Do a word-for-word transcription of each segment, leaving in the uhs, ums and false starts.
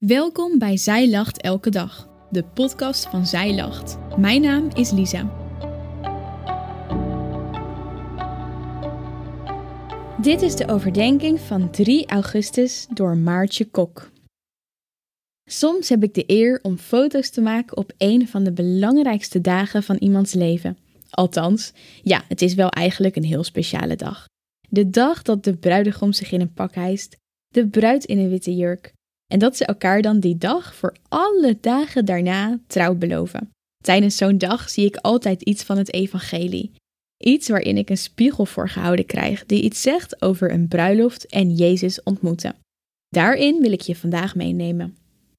Welkom bij Zij Lacht Elke Dag, de podcast van Zij Lacht. Mijn naam is Lisa. Dit is de overdenking van drie augustus door Maartje Kok. Soms heb ik de eer om foto's te maken op een van de belangrijkste dagen van iemands leven. Althans, ja, het is wel eigenlijk een heel speciale dag. De dag dat de bruidegom zich in een pak hijst, de bruid in een witte jurk. En dat ze elkaar dan die dag voor alle dagen daarna trouw beloven. Tijdens zo'n dag zie ik altijd iets van het evangelie. Iets waarin ik een spiegel voorgehouden krijg die iets zegt over een bruiloft en Jezus ontmoeten. Daarin wil ik je vandaag meenemen.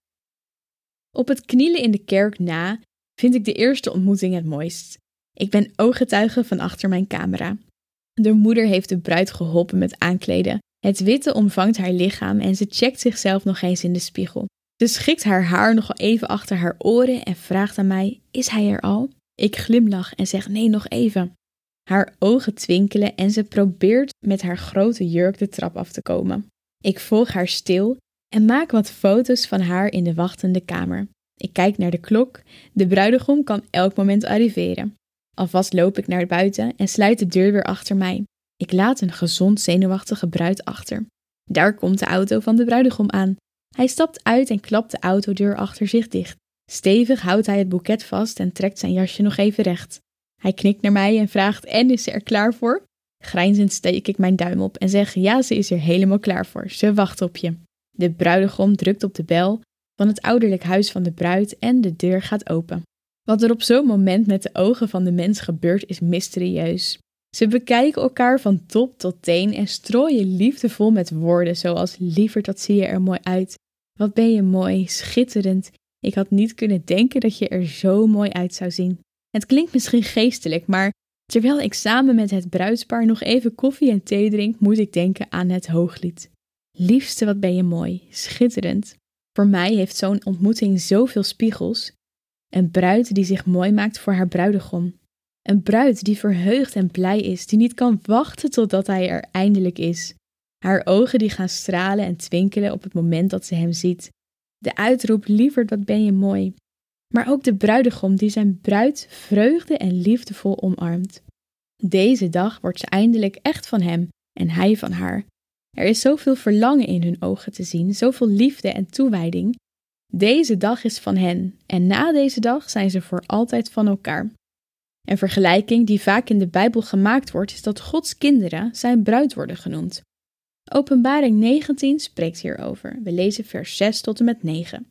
Op het knielen in de kerk na vind ik de eerste ontmoeting het mooist. Ik ben ooggetuige van achter mijn camera. De moeder heeft de bruid geholpen met aankleden. Het witte omvangt haar lichaam en ze checkt zichzelf nog eens in de spiegel. Ze schikt haar haar nog even achter haar oren en vraagt aan mij, is hij er al? Ik glimlach en zeg nee, nog even. Haar ogen twinkelen en ze probeert met haar grote jurk de trap af te komen. Ik volg haar stil en maak wat foto's van haar in de wachtende kamer. Ik kijk naar de klok, de bruidegom kan elk moment arriveren. Alvast loop ik naar buiten en sluit de deur weer achter mij. Ik laat een gezond zenuwachtige bruid achter. Daar komt de auto van de bruidegom aan. Hij stapt uit en klapt de autodeur achter zich dicht. Stevig houdt hij het boeket vast en trekt zijn jasje nog even recht. Hij knikt naar mij en vraagt, en is ze er klaar voor? Grijnzend steek ik mijn duim op en zeg, ja, ze is er helemaal klaar voor. Ze wacht op je. De bruidegom drukt op de bel van het ouderlijk huis van de bruid en de deur gaat open. Wat er op zo'n moment met de ogen van de mens gebeurt is mysterieus. Ze bekijken elkaar van top tot teen en strooien liefdevol met woorden zoals lieverd, wat zie je er mooi uit. Wat ben je mooi, schitterend. Ik had niet kunnen denken dat je er zo mooi uit zou zien. Het klinkt misschien geestelijk, maar terwijl ik samen met het bruidspaar nog even koffie en thee drink, moet ik denken aan het Hooglied. Liefste, wat ben je mooi, schitterend. Voor mij heeft zo'n ontmoeting zoveel spiegels. Een bruid die zich mooi maakt voor haar bruidegom. Een bruid die verheugd en blij is, die niet kan wachten totdat hij er eindelijk is. Haar ogen die gaan stralen en twinkelen op het moment dat ze hem ziet. De uitroep, lieverd, wat ben je mooi. Maar ook de bruidegom die zijn bruid vreugde en liefdevol omarmt. Deze dag wordt ze eindelijk echt van hem en hij van haar. Er is zoveel verlangen in hun ogen te zien, zoveel liefde en toewijding. Deze dag is van hen en na deze dag zijn ze voor altijd van elkaar. Een vergelijking die vaak in de Bijbel gemaakt wordt, is dat Gods kinderen zijn bruid worden genoemd. Openbaring negentien spreekt hierover. We lezen vers zes tot en met negen.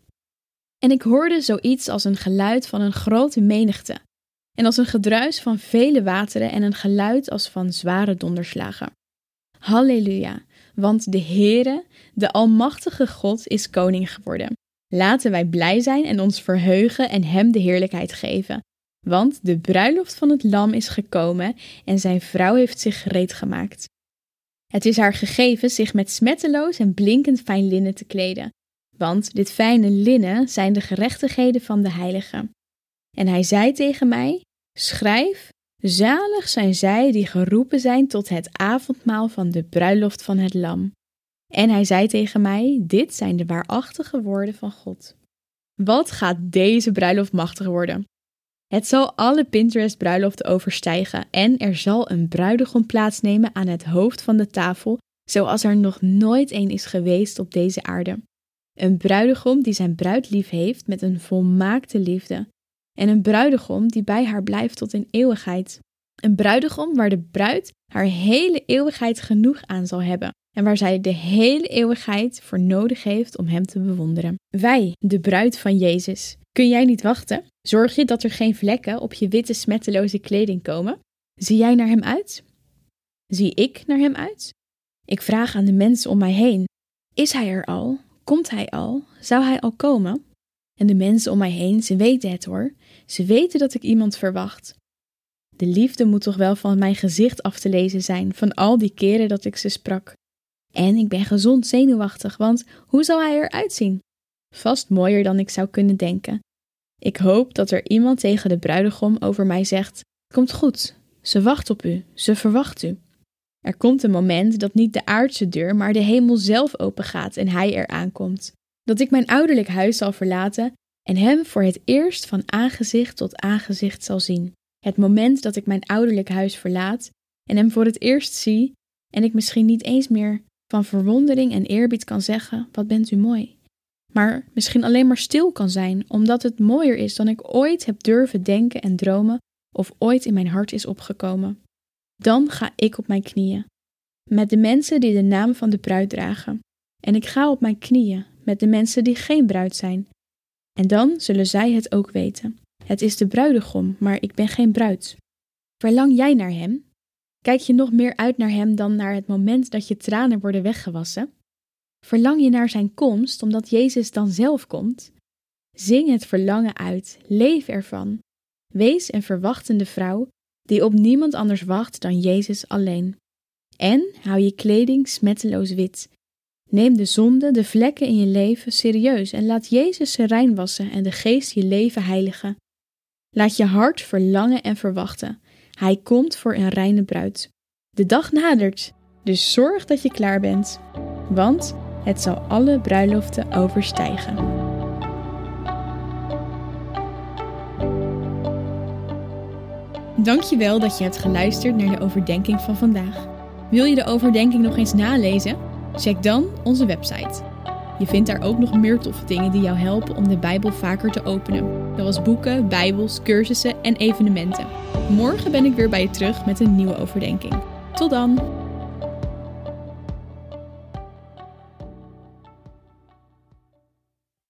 En ik hoorde zoiets als een geluid van een grote menigte, en als een gedruis van vele wateren en een geluid als van zware donderslagen. Halleluja, want de Heere, de Almachtige God, is koning geworden. Laten wij blij zijn en ons verheugen en hem de heerlijkheid geven. Want de bruiloft van het lam is gekomen en zijn vrouw heeft zich gereed gemaakt. Het is haar gegeven zich met smetteloos en blinkend fijn linnen te kleden. Want dit fijne linnen zijn de gerechtigheden van de heiligen. En hij zei tegen mij, schrijf, zalig zijn zij die geroepen zijn tot het avondmaal van de bruiloft van het lam. En hij zei tegen mij, dit zijn de waarachtige woorden van God. Wat gaat deze bruiloft machtig worden? Het zal alle Pinterest-bruiloften overstijgen en er zal een bruidegom plaatsnemen aan het hoofd van de tafel, zoals er nog nooit een is geweest op deze aarde. Een bruidegom die zijn bruid lief heeft met een volmaakte liefde. En een bruidegom die bij haar blijft tot in eeuwigheid. Een bruidegom waar de bruid haar hele eeuwigheid genoeg aan zal hebben. En waar zij de hele eeuwigheid voor nodig heeft om hem te bewonderen. Wij, de bruid van Jezus. Kun jij niet wachten? Zorg je dat er geen vlekken op je witte smetteloze kleding komen? Zie jij naar hem uit? Zie ik naar hem uit? Ik vraag aan de mensen om mij heen. Is hij er al? Komt hij al? Zou hij al komen? En de mensen om mij heen, ze weten het hoor. Ze weten dat ik iemand verwacht. De liefde moet toch wel van mijn gezicht af te lezen zijn, van al die keren dat ik ze sprak. En ik ben gezond zenuwachtig, want hoe zal hij eruit zien? Vast mooier dan ik zou kunnen denken. Ik hoop dat er iemand tegen de bruidegom over mij zegt, komt goed, ze wacht op u, ze verwacht u. Er komt een moment dat niet de aardse deur, maar de hemel zelf opengaat en hij er aankomt. Dat ik mijn ouderlijk huis zal verlaten en hem voor het eerst van aangezicht tot aangezicht zal zien. Het moment dat ik mijn ouderlijk huis verlaat en hem voor het eerst zie en ik misschien niet eens meer van verwondering en eerbied kan zeggen, wat bent u mooi. Maar misschien alleen maar stil kan zijn, omdat het mooier is dan ik ooit heb durven denken en dromen of ooit in mijn hart is opgekomen. Dan ga ik op mijn knieën, met de mensen die de naam van de bruid dragen. En ik ga op mijn knieën met de mensen die geen bruid zijn. En dan zullen zij het ook weten. Het is de bruidegom, maar ik ben geen bruid. Verlang jij naar hem? Kijk je nog meer uit naar hem dan naar het moment dat je tranen worden weggewassen? Verlang je naar zijn komst, omdat Jezus dan zelf komt? Zing het verlangen uit, leef ervan. Wees een verwachtende vrouw die op niemand anders wacht dan Jezus alleen. En hou je kleding smetteloos wit. Neem de zonde, de vlekken in je leven serieus en laat Jezus ze rein wassen en de Geest je leven heiligen. Laat je hart verlangen en verwachten. Hij komt voor een reine bruid. De dag nadert, dus zorg dat je klaar bent, want het zal alle bruiloften overstijgen. Dankjewel dat je hebt geluisterd naar de overdenking van vandaag. Wil je de overdenking nog eens nalezen? Check dan onze website. Je vindt daar ook nog meer toffe dingen die jou helpen om de Bijbel vaker te openen. Zoals boeken, bijbels, cursussen en evenementen. Morgen ben ik weer bij je terug met een nieuwe overdenking. Tot dan!